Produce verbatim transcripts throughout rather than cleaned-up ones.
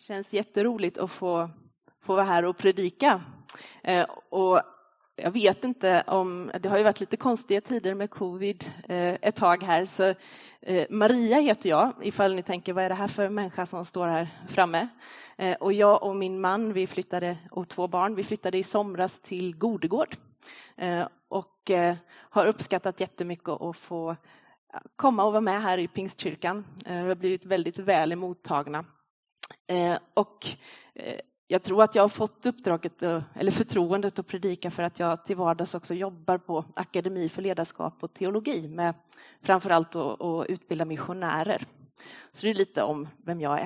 Känns jätteroligt att få, få vara här och predika. Eh, och jag vet inte om, det har ju varit lite konstiga tider med covid eh, ett tag här. Så eh, Maria heter jag, ifall ni tänker vad är det här för människa som står här framme. Eh, och jag och min man, vi flyttade, och två barn, vi flyttade i somras till Godegård. Eh, och eh, har uppskattat jättemycket att få komma och vara med här i Pingstkyrkan. Eh, vi har blivit väldigt väl emottagna. Eh, och eh, jag tror att jag har fått uppdraget, eller förtroendet att predika för att jag till vardags också jobbar på Akademi för ledarskap och teologi med framförallt att, att utbilda missionärer. Så det är lite om vem jag är.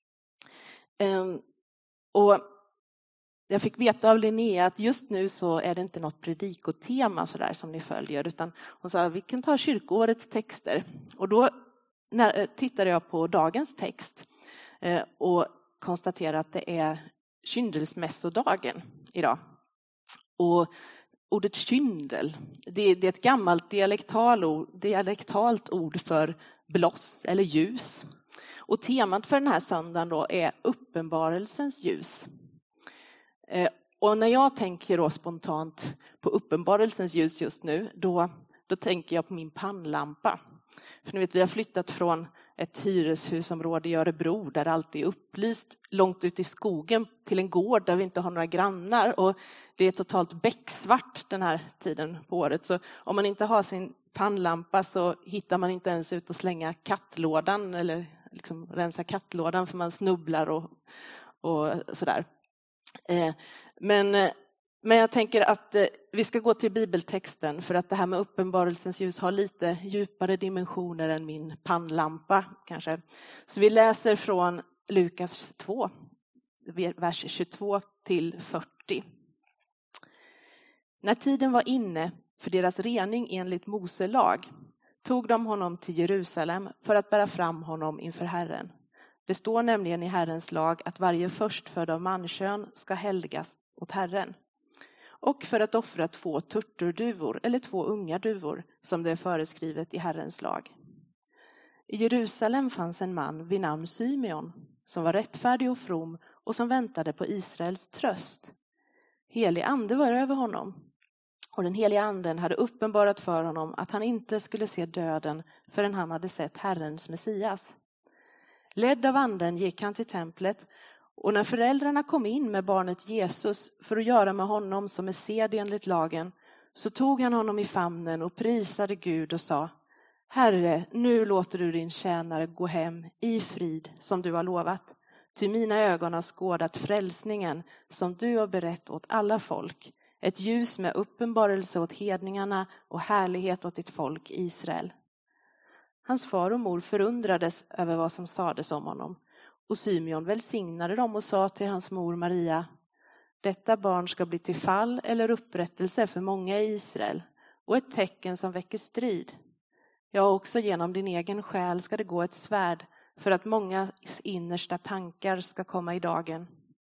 Eh, och jag fick veta av Linnea att just nu så är det inte något predikotema så där som ni följer, utan hon sa vi kan ta kyrkoårets texter. Och då när, tittade jag på dagens text eh, och konstaterade att det är kyndelsmässodagen idag. Och ordet kyndel, det, det är ett gammalt dialektalt, dialektalt ord för bloss eller ljus. Och temat för den här söndagen då är uppenbarelsens ljus. Eh, och när jag tänker då spontant på uppenbarelsens ljus just nu, då, då tänker jag på min pannlampa. För ni vet, vi har flyttat från ett hyreshusområde i Örebro där allt är upplyst långt ut i skogen till en gård där vi inte har några grannar. Och det är totalt becksvart den här tiden på året. Så om man inte har sin pannlampa så hittar man inte ens ut och slänga kattlådan eller liksom rensa kattlådan för man snubblar och, och sådär. Eh, men, men jag tänker att eh, vi ska gå till bibeltexten för att det här med uppenbarelsens ljus har lite djupare dimensioner än min pannlampa kanske. Så vi läser från Lukas två, vers tjugotvå till fyrtio. När tiden var inne för deras rening enligt Mose lag tog de honom till Jerusalem för att bära fram honom inför Herren. Det står nämligen i Herrens lag att varje förstfödd av mankön ska helgas åt Herren. Och för att offra två turturduvor eller två unga duvor som det är föreskrivet i Herrens lag. I Jerusalem fanns en man vid namn Symeon som var rättfärdig och from och som väntade på Israels tröst. Helig ande var över honom. Och den heliga anden hade uppenbarat för honom att han inte skulle se döden förrän han hade sett Herrens Messias. Ledd av anden gick han till templet och när föräldrarna kom in med barnet Jesus för att göra med honom som är sed enligt lagen så tog han honom i famnen och prisade Gud och sa: Herre, nu låter du din tjänare gå hem i frid som du har lovat. Ty mina ögon har skådat frälsningen som du har berett åt alla folk. Ett ljus med uppenbarelse åt hedningarna och härlighet åt ditt folk Israel. Hans far och mor förundrades över vad som sades om honom. Och Symeon välsignade dem och sa till hans mor Maria: Detta barn ska bli till fall eller upprättelse för många i Israel och ett tecken som väcker strid. Ja, också genom din egen själ ska det gå ett svärd för att mångas innersta tankar ska komma i dagen.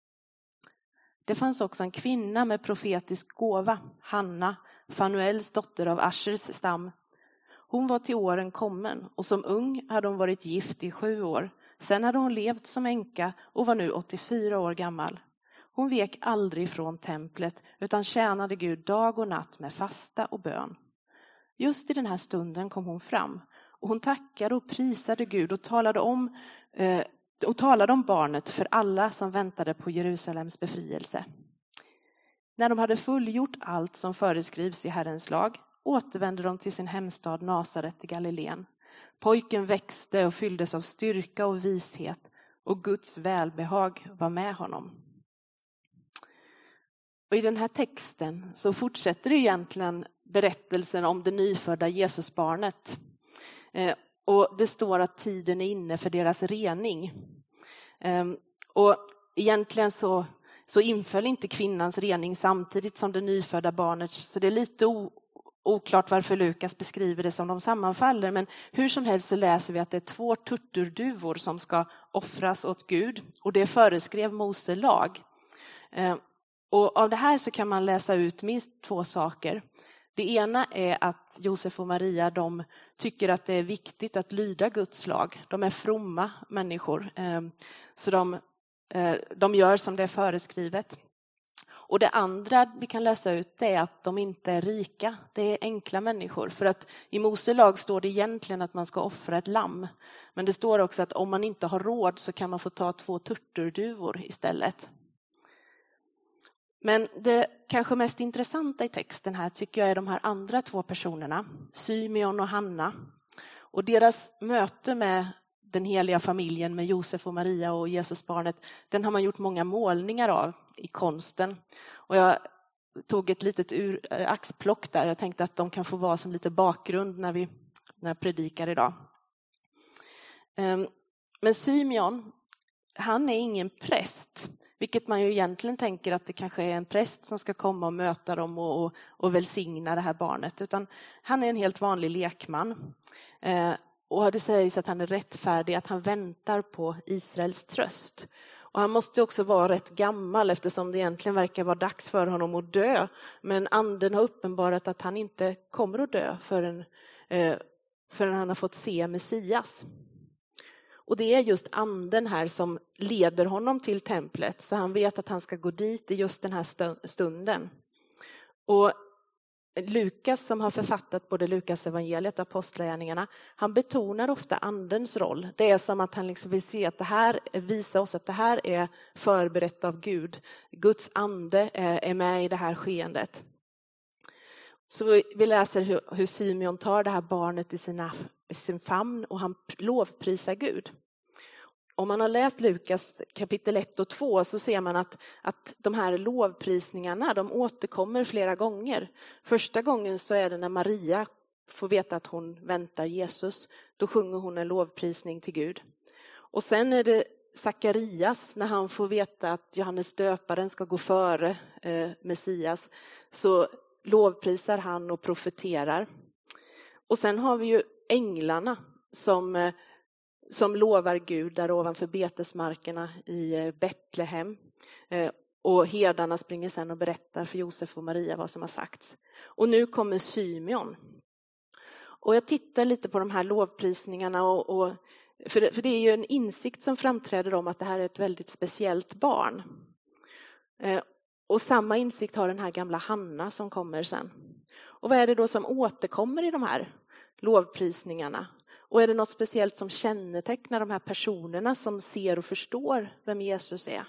Det fanns också en kvinna med profetisk gåva, Hanna, Fanuels dotter av Aschers stam. Hon var till åren kommen och som ung hade hon varit gift i sju år. Sen hade hon levt som änka och var nu åttiofyra år gammal. Hon vek aldrig från templet utan tjänade Gud dag och natt med fasta och bön. Just i den här stunden kom hon fram och hon tackade och prisade Gud och talade om, eh, och talade om barnet för alla som väntade på Jerusalems befrielse. När de hade fullgjort allt som föreskrivs i Herrens lag återvände de till sin hemstad Nasaret i Galileen. Pojken växte och fylldes av styrka och vishet och Guds välbehag var med honom. Och i den här texten så fortsätter det egentligen berättelsen om det nyfödda Jesusbarnet. Eh, och det står att tiden är inne för deras rening. Eh, och egentligen så, så inföll inte kvinnans rening samtidigt som det nyfödda barnet. Så det är lite o, oklart varför Lukas beskriver det som de sammanfaller. Men hur som helst så läser vi att det är två turturduvor som ska offras åt Gud. Och det föreskrev Mose lag. Eh, och av det här så kan man läsa ut minst två saker. Det ena är att Josef och Maria, de tycker att det är viktigt att lyda Guds lag. De är fromma människor. Så de de gör som det är föreskrivet. Och det andra vi kan läsa ut är att de inte är rika. Det är enkla människor. För att i Mose lag står det egentligen att man ska offra ett lamm. Men det står också att om man inte har råd så kan man få ta två turturduvor istället. Men det kanske mest intressanta i texten här tycker jag är de här andra två personerna. Symeon och Hanna. Och deras möte med den heliga familjen med Josef och Maria och Jesusbarnet, den har man gjort många målningar av i konsten. Och jag tog ett litet ur, äh, axplock där. Jag tänkte att de kan få vara som lite bakgrund när vi när jag predikar idag. Um, men Symeon, han är ingen präst. Vilket man ju egentligen tänker att det kanske är en präst som ska komma och möta dem och, och, och välsigna det här barnet. Utan han är en helt vanlig lekman. Uh, Och det sägs att han är rättfärdig, att han väntar på Israels tröst. Och han måste också vara rätt gammal eftersom det egentligen verkar vara dags för honom att dö. Men anden har uppenbarat att han inte kommer att dö förrän, eh, förrän han har fått se Messias. Och det är just anden här som leder honom till templet. Så han vet att han ska gå dit i just den här stunden. Och Lukas som har författat både Lukas evangeliet och apostlagärningarna, han betonar ofta andens roll. Det är som att han liksom vill se att det här visar oss att det här är förberett av Gud. Guds ande är med i det här skeendet. Så vi läser hur, hur Symeon tar det här barnet i, sina, i sin famn och han lovprisar Gud. Om man har läst Lukas kapitel ett och två så ser man att, att de här lovprisningarna, de återkommer flera gånger. Första gången så är det när Maria får veta att hon väntar Jesus. Då sjunger hon en lovprisning till Gud. Och sen är det Sakarias när han får veta att Johannes döparen ska gå före eh, Messias. Så lovprisar han och profeterar. Och sen har vi ju änglarna som... Eh, som lovar Gud där ovanför betesmarkerna i Betlehem. Och herdarna springer sen och berättar för Josef och Maria vad som har sagts. Och nu kommer Symeon. Och jag tittar lite på de här lovprisningarna. Och, och, för, det, för det är ju en insikt som framträder om att det här är ett väldigt speciellt barn. Och samma insikt har den här gamla Hanna som kommer sen. Och vad är det då som återkommer i de här lovprisningarna? Och är det något speciellt som kännetecknar de här personerna som ser och förstår vem Jesus är?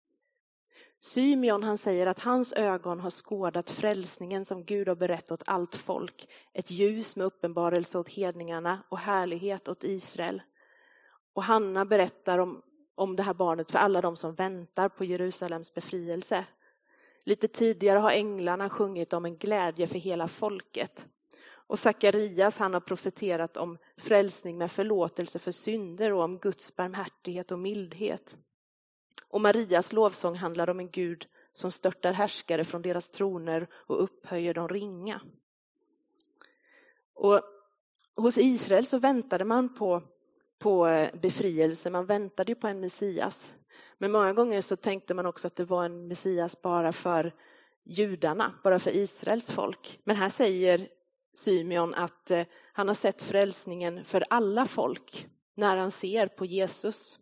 Symeon han säger att hans ögon har skådat frälsningen som Gud har berättat åt allt folk. Ett ljus med uppenbarelse åt hedningarna och härlighet åt Israel. Och Hanna berättar om, om det här barnet för alla de som väntar på Jerusalems befrielse. Lite tidigare har änglarna sjungit om en glädje för hela folket. Och Sakarias han har profeterat om frälsning med förlåtelse för synder och om Guds barmhärtighet och mildhet. Och Marias lovsång handlar om en Gud som störtar härskare från deras troner och upphöjer de ringa. Och hos Israel så väntade man på, på befrielse, man väntade ju på en Messias. Men många gånger så tänkte man också att det var en Messias bara för judarna, bara för Israels folk. Men här säger Symeon att eh, han har sett frälsningen för alla folk när han ser på Jesus.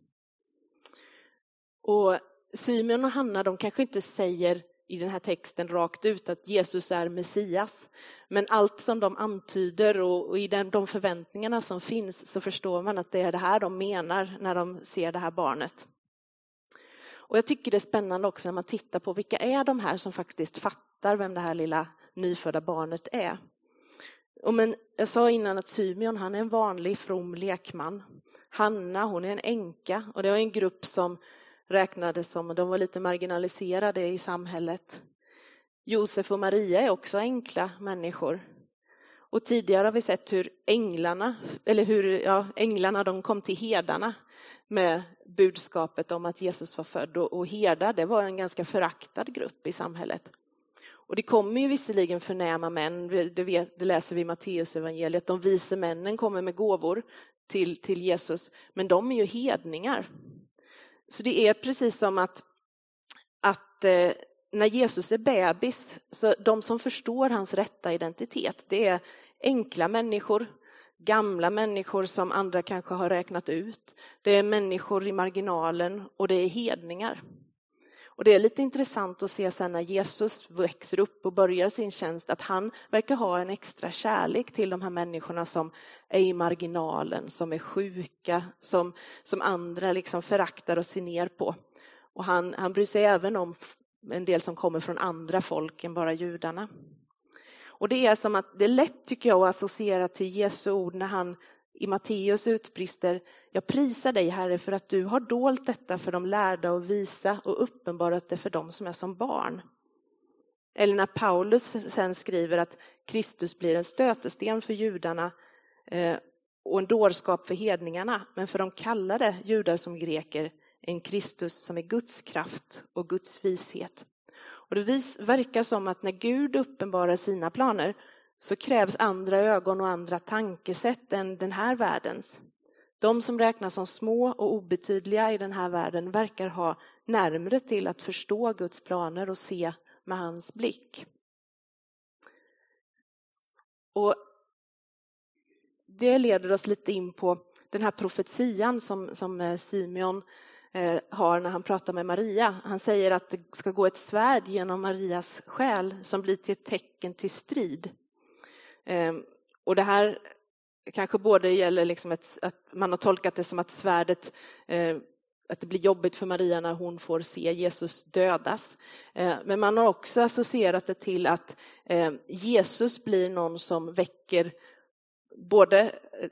Och Symeon och Hanna de kanske inte säger i den här texten rakt ut att Jesus är Messias. Men allt som de antyder och, och i den, de förväntningarna som finns så förstår man att det är det här de menar när de ser det här barnet. Och jag tycker det är spännande också när man tittar på vilka är de här som faktiskt fattar vem det här lilla nyfödda barnet är. Och men, jag sa innan att Symeon han är en vanlig from lekman. Hanna hon är en änka och det var en grupp som räknades som de var lite marginaliserade i samhället. Josef och Maria är också enkla människor. Och tidigare har vi sett hur änglarna, eller hur ja, änglarna de kom till herdarna med budskapet om att Jesus var född. Och, och herdar det var en ganska föraktad grupp i samhället. Och det kommer ju visserligen förnäma män, det, vet, det läser vi i Matteus evangeliet. De vise männen kommer med gåvor till, till Jesus, men de är ju hedningar. Så det är precis som att, att eh, när Jesus är bebis, så de som förstår hans rätta identitet, det är enkla människor. gamla människor som andra kanske har räknat ut. Det är människor i marginalen och det är hedningar. Och det är lite intressant att se sen när Jesus växer upp och börjar sin tjänst att han verkar ha en extra kärlek till de här människorna som är i marginalen, som är sjuka, som, som andra liksom föraktar och ser ner på. Och han, han bryr sig även om en del som kommer från andra folk än bara judarna. Och det är som att det är lätt tycker jag att associera till Jesu ord när han i Matteus utbrister: jag prisar dig Herre för att du har dolt detta för de lärda och visa och uppenbarat det för dem som är som barn. Eller när Paulus sen skriver att Kristus blir en stötesten för judarna eh, och en dårskap för hedningarna, men för de kallade judar som greker en Kristus som är Guds kraft och Guds vishet. Och det vis, verkar som att när Gud uppenbarar sina planer så krävs andra ögon och andra tankesätt än den här världens. De som räknas som små och obetydliga i den här världen verkar ha närmare till att förstå Guds planer och se med hans blick. Och det leder oss lite in på den här profetian som, som Simeon eh, har när han pratar med Maria. Han säger att det ska gå ett svärd genom Marias själ som blir till ett tecken till strid. Eh, och det här kanske både gäller liksom ett, att man har tolkat det som att svärdet, eh, att det blir jobbigt för Maria när hon får se Jesus dödas. Eh, men man har också associerat det till att eh, Jesus blir någon som väcker både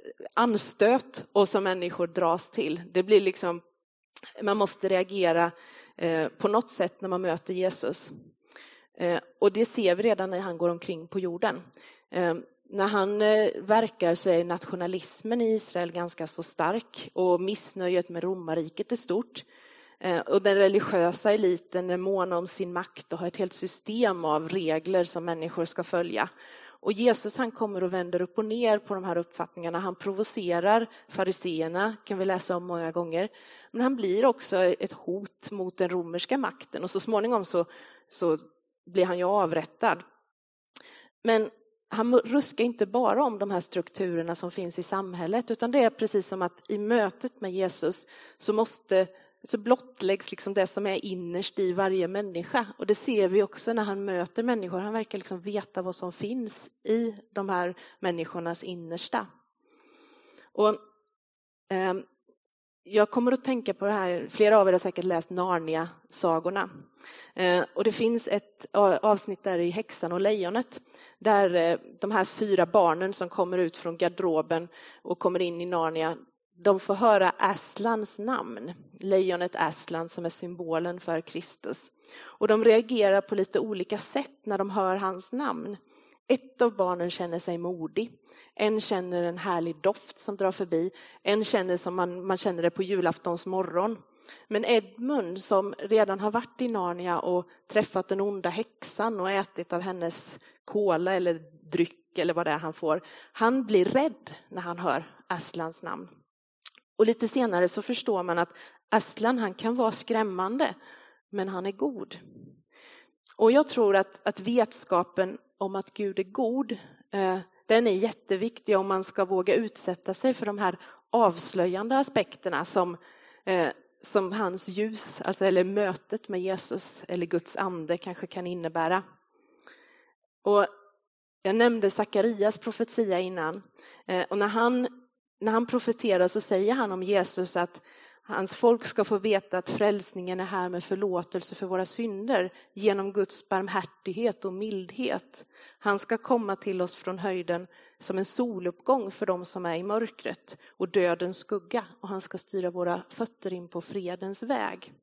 anstöt och som människor dras till. Det blir liksom, man måste reagera eh, på något sätt när man möter Jesus. Eh, och det ser vi redan när han går omkring på jorden. Eh, När han verkar så är nationalismen i Israel ganska så stark och missnöjet med romarriket är stort. Och den religiösa eliten är måna om sin makt och har ett helt system av regler som människor ska följa. Och Jesus han kommer och vänder upp och ner på de här uppfattningarna. Han provocerar fariseerna, kan vi läsa om många gånger. Men han blir också ett hot mot den romerska makten och så småningom så, så blir han ju avrättad. Men han ruskar inte bara om de här strukturerna som finns i samhället, utan det är precis som att i mötet med Jesus så måste så blottläggs liksom det som är innerst i varje människa. Och det ser vi också när han möter människor. Han verkar liksom veta vad som finns i de här människornas innersta. Och eh, jag kommer att tänka på det här, flera av er har säkert läst Narnia-sagorna. Eh, och det finns ett avsnitt där i Häxan och lejonet där eh, de här fyra barnen som kommer ut från garderoben och kommer in i Narnia, de får höra Aslans namn, lejonet Aslan som är symbolen för Kristus. Och de reagerar på lite olika sätt när de hör hans namn. Ett av barnen känner sig modig. En känner en härlig doft som drar förbi. En känner som man, man känner det på julaftons morgon. Men Edmund som redan har varit i Narnia och träffat den onda häxan och ätit av hennes kola eller dryck eller vad det är han får. Han blir rädd när han hör Aslans namn. Och lite senare så förstår man att Aslan han kan vara skrämmande men han är god. Och jag tror att, att vetskapen om att Gud är god, eh, den är jätteviktig om man ska våga utsätta sig för de här avslöjande aspekterna som, eh, som hans ljus, alltså, eller mötet med Jesus eller Guds ande kanske kan innebära. Och jag nämnde Sakarias profetia innan. Eh, och när han, när han profeterar så säger han om Jesus att hans folk ska få veta att frälsningen är här med förlåtelse för våra synder genom Guds barmhärtighet och mildhet. Han ska komma till oss från höjden som en soluppgång för dem som är i mörkret och dödens skugga. Och han ska styra våra fötter in på fredens väg.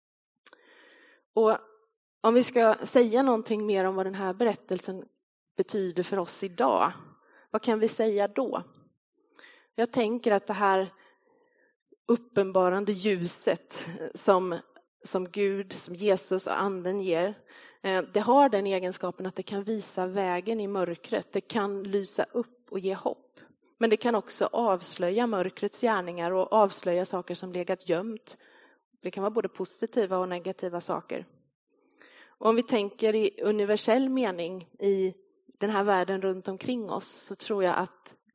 Och om vi ska säga någonting mer om vad den här berättelsen betyder för oss idag, vad kan vi säga då? Jag tänker att det här uppenbarande ljuset som, som Gud, som Jesus och anden ger, det har den egenskapen att det kan visa vägen i mörkret. Det kan lysa upp och ge hopp. Men det kan också avslöja mörkrets gärningar och avslöja saker som legat gömt. Det kan vara både positiva och negativa saker. Och om vi tänker i universell mening i den här världen runt omkring oss så tror jag att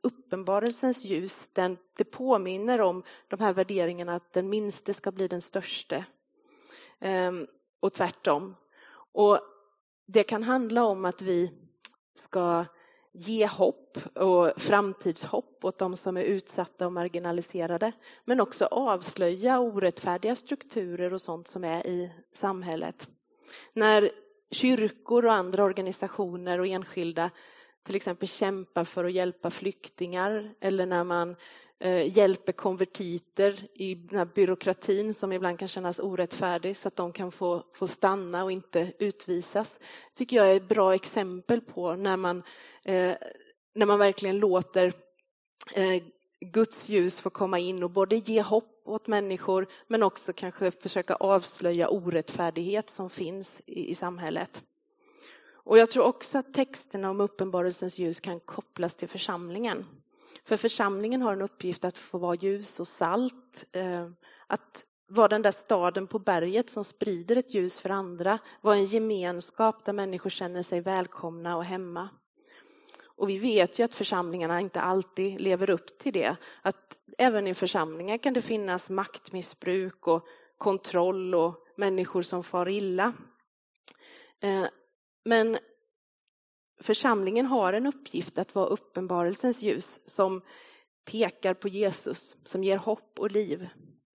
uppenbarelsens ljus, den, det påminner om de här värderingarna att den minste ska bli den störste. Ehm, och tvärtom. Och det kan handla om att vi ska ge hopp och framtidshopp åt de som är utsatta och marginaliserade. Men också avslöja orättfärdiga strukturer och sånt som är i samhället. När kyrkor och andra organisationer och enskilda till exempel kämpar för att hjälpa flyktingar. Eller när man eh, hjälper konvertiter i den här byråkratin som ibland kan kännas orättfärdig. Så att de kan få, få stanna och inte utvisas. Tycker jag är ett bra exempel på när man, eh, när man verkligen låter eh, Guds ljus få komma in och både ge hopp åt människor men också kanske försöka avslöja orättfärdighet som finns i, i samhället. Och jag tror också att texterna om uppenbarelsens ljus kan kopplas till församlingen. För församlingen har en uppgift att få vara ljus och salt. Eh, att vara den där staden på berget som sprider ett ljus för andra. Vara en gemenskap där människor känner sig välkomna och hemma. Och vi vet ju att församlingarna inte alltid lever upp till det. Att även i församlingar kan det finnas maktmissbruk och kontroll och människor som far illa. Eh, Men församlingen har en uppgift att vara uppenbarelsens ljus som pekar på Jesus, som ger hopp och liv.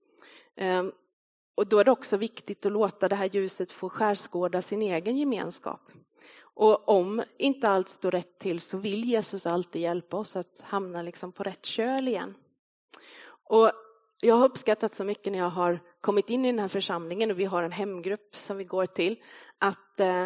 Och då är det också viktigt att låta det här ljuset få skärskåda sin egen gemenskap. Och om inte allt står rätt till så vill Jesus alltid hjälpa oss att hamna liksom på rätt köl igen. Och jag har uppskattat så mycket när jag har kommit in i den här församlingen och vi har en hemgrupp som vi går till att eh,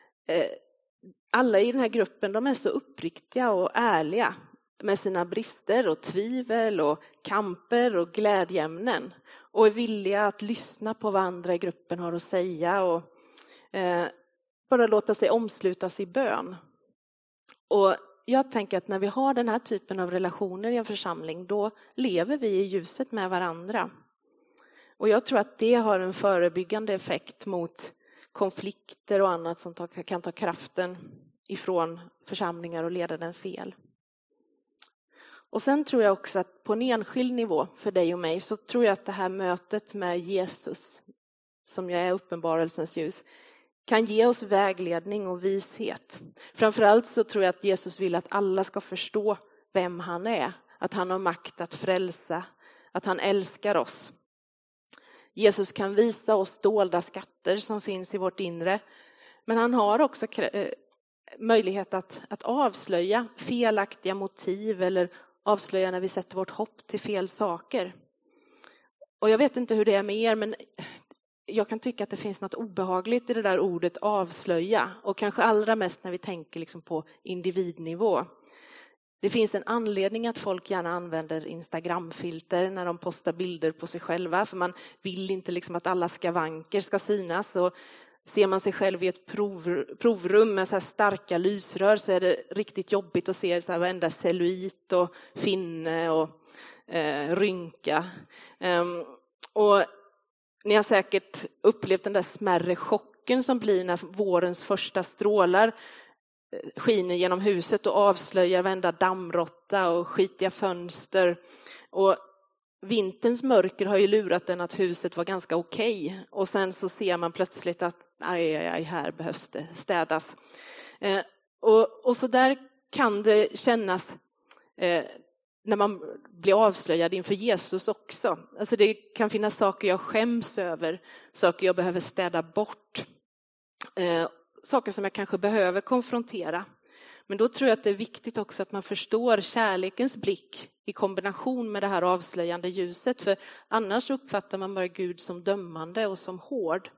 alla i den här gruppen, de är så uppriktiga och ärliga med sina brister och tvivel och kamper och glädjeämnen. Och är villiga att lyssna på vad andra i gruppen har att säga och eh, bara låta sig omslutas i bön. Och jag tänker att när vi har den här typen av relationer i en församling, då lever vi i ljuset med varandra. Och jag tror att det har en förebyggande effekt mot konflikter och annat som kan ta kraften ifrån församlingar och leda den fel. Och sen tror jag också att på en enskild nivå för dig och mig så tror jag att det här mötet med Jesus, som jag är uppenbarelsens ljus, kan ge oss vägledning och vishet. Framförallt så tror jag att Jesus vill att alla ska förstå vem han är. Att han har makt att frälsa, att han älskar oss. Jesus kan visa oss dolda skatter som finns i vårt inre. Men han har också möjlighet att, att avslöja felaktiga motiv eller avslöja när vi sätter vårt hopp till fel saker. Och jag vet inte hur det är med er, men jag kan tycka att det finns något obehagligt i det där ordet avslöja. Och kanske allra mest när vi tänker liksom på individnivå. Det finns en anledning att folk gärna använder Instagramfilter när de postar bilder på sig själva. För man vill inte liksom att alla skavanker ska synas. Och ser man sig själv i ett prov, provrum med så här starka lysrör så är det riktigt jobbigt att se så här varenda cellulit och finne och eh, rynka. Um, och ni har säkert upplevt den där smärre chocken som blir när vårens första strålar skiner genom huset och avslöjar varenda dammråtta och skitiga fönster. Och vinterns mörker har ju lurat en att huset var ganska okej. Och sen så ser man plötsligt att aj, aj, aj, här behövs det städas. Eh, och, och så där kan det kännas eh, när man blir avslöjad inför Jesus också. Alltså det kan finnas saker jag skäms över, saker jag behöver städa bort. Eh, saker som jag kanske behöver konfrontera. Men då tror jag att det är viktigt också att man förstår kärlekens blick i kombination med det här avslöjande ljuset. För annars uppfattar man bara Gud som dömande och som hård.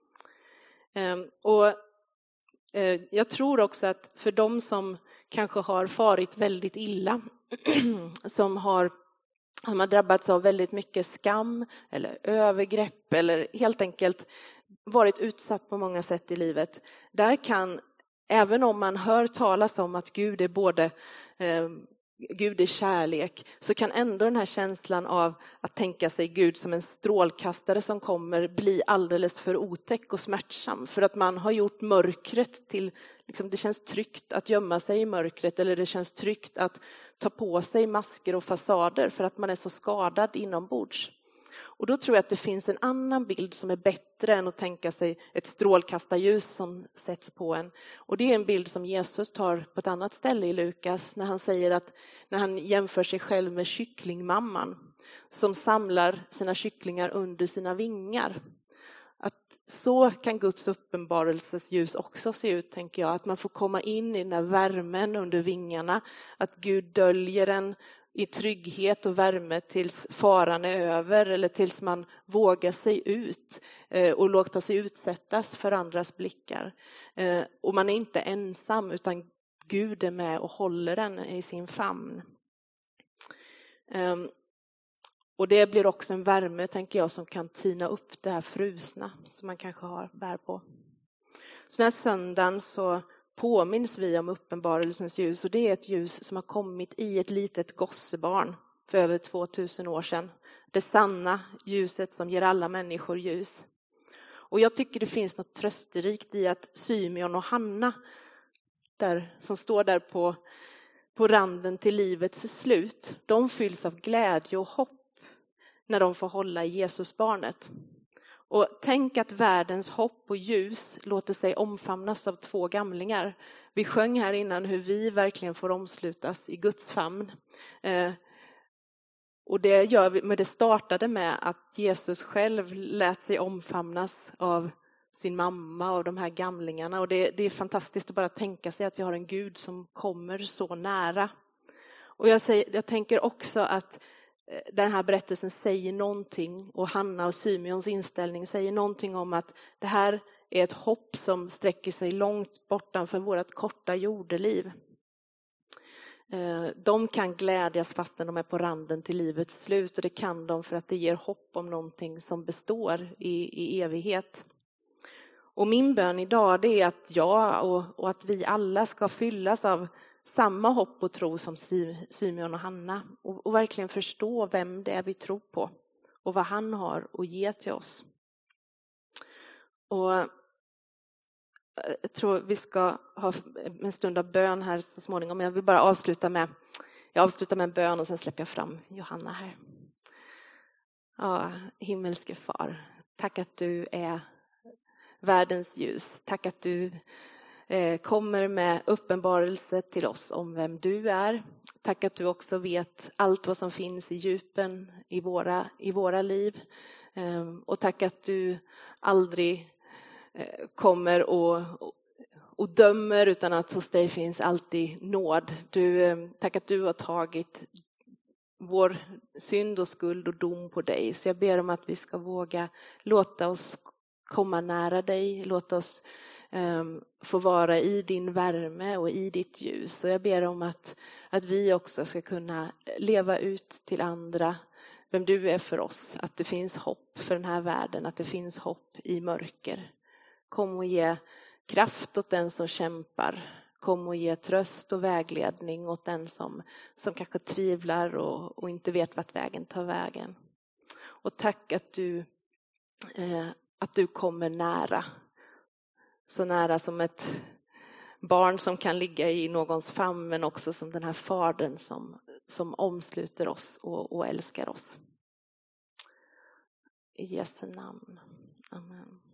Och jag tror också att för de som kanske har farit väldigt illa, som har, som har drabbats av väldigt mycket skam eller övergrepp eller helt enkelt varit utsatt på många sätt i livet. Där kan, även om man hör talas om att Gud är både eh, Gud är kärlek, så kan ändå den här känslan av att tänka sig Gud som en strålkastare som kommer bli alldeles för otäck och smärtsam. För att man har gjort mörkret till, liksom, det känns tryggt att gömma sig i mörkret, eller det känns tryggt att ta på sig masker och fasader för att man är så skadad inombords. Och då tror jag att det finns en annan bild som är bättre än att tänka sig ett strålkastarljus som sätts på en. Och det är en bild som Jesus tar på ett annat ställe i Lukas när han säger att när han jämför sig själv med kycklingmamman som samlar sina kycklingar under sina vingar. Att så kan Guds uppenbarelses ljus också se ut, tänker jag. Att man får komma in i den här värmen under vingarna. Att Gud döljer en i trygghet och värme tills faran är över eller tills man vågar sig ut och låta sig utsättas för andras blickar. Och man är inte ensam utan Gud är med och håller den i sin famn. Och det blir också en värme, tänker jag, som kan tina upp det här frusna som man kanske har bär på. Så den här söndagen så påminns vi om uppenbarelsens ljus, och det är ett ljus som har kommit i ett litet gossebarn för över tvåtusen år sedan. Det sanna ljuset som ger alla människor ljus. Och jag tycker det finns något trösterikt i att Symeon och Hanna där, som står där på, på randen till livets slut, de fylls av glädje och hopp när de får hålla i Jesusbarnet. Och tänk att världens hopp och ljus låter sig omfamnas av två gamlingar. Vi sjöng här innan hur vi verkligen får omslutas i Guds famn. Eh, och det gör vi, men det startade med att Jesus själv lät sig omfamnas av sin mamma och de här gamlingarna. Och det, det är fantastiskt att bara tänka sig att vi har en Gud som kommer så nära. Och jag, säger, jag tänker också att den här berättelsen säger någonting, och Hanna och Symeons inställning säger någonting om att det här är ett hopp som sträcker sig långt bortanför vårt korta jordeliv. De kan glädjas fastän de är på randen till livets slut, och det kan de för att det ger hopp om någonting som består i, i evighet. Och min bön idag, det är att jag och, och att vi alla ska fyllas av samma hopp och tro som Symeon och Hanna, och, och verkligen förstå vem det är vi tror på och vad han har att ge till oss. Och jag tror vi ska ha en stund av bön här så småningom, men jag vill bara avsluta med jag avslutar med en bön och sen släpper jag fram Johanna här. Ja, himmelske far, tack att du är världens ljus. Tack att du kommer med uppenbarelse till oss om vem du är. Tack att du också vet allt vad som finns i djupen i våra, i våra liv. Och tack att du aldrig kommer och, och dömer, utan att hos dig finns alltid nåd. Du, tack att du har tagit vår synd och skuld och dom på dig. Så jag ber om att vi ska våga låta oss komma nära dig. Låta oss Um, få vara i din värme och i ditt ljus. Och jag ber om att, att vi också ska kunna leva ut till andra vem du är för oss. Att det finns hopp för den här världen. Att det finns hopp i mörker. Kom och ge kraft åt den som kämpar. Kom och ge tröst och vägledning åt den som, som kanske tvivlar och, och inte vet vart vägen tar vägen. Och tack att du, eh, att du kommer nära. Så nära som ett barn som kan ligga i någons famn, men också som den här fadern som, som omsluter oss och, och älskar oss. I Jesu namn. Amen.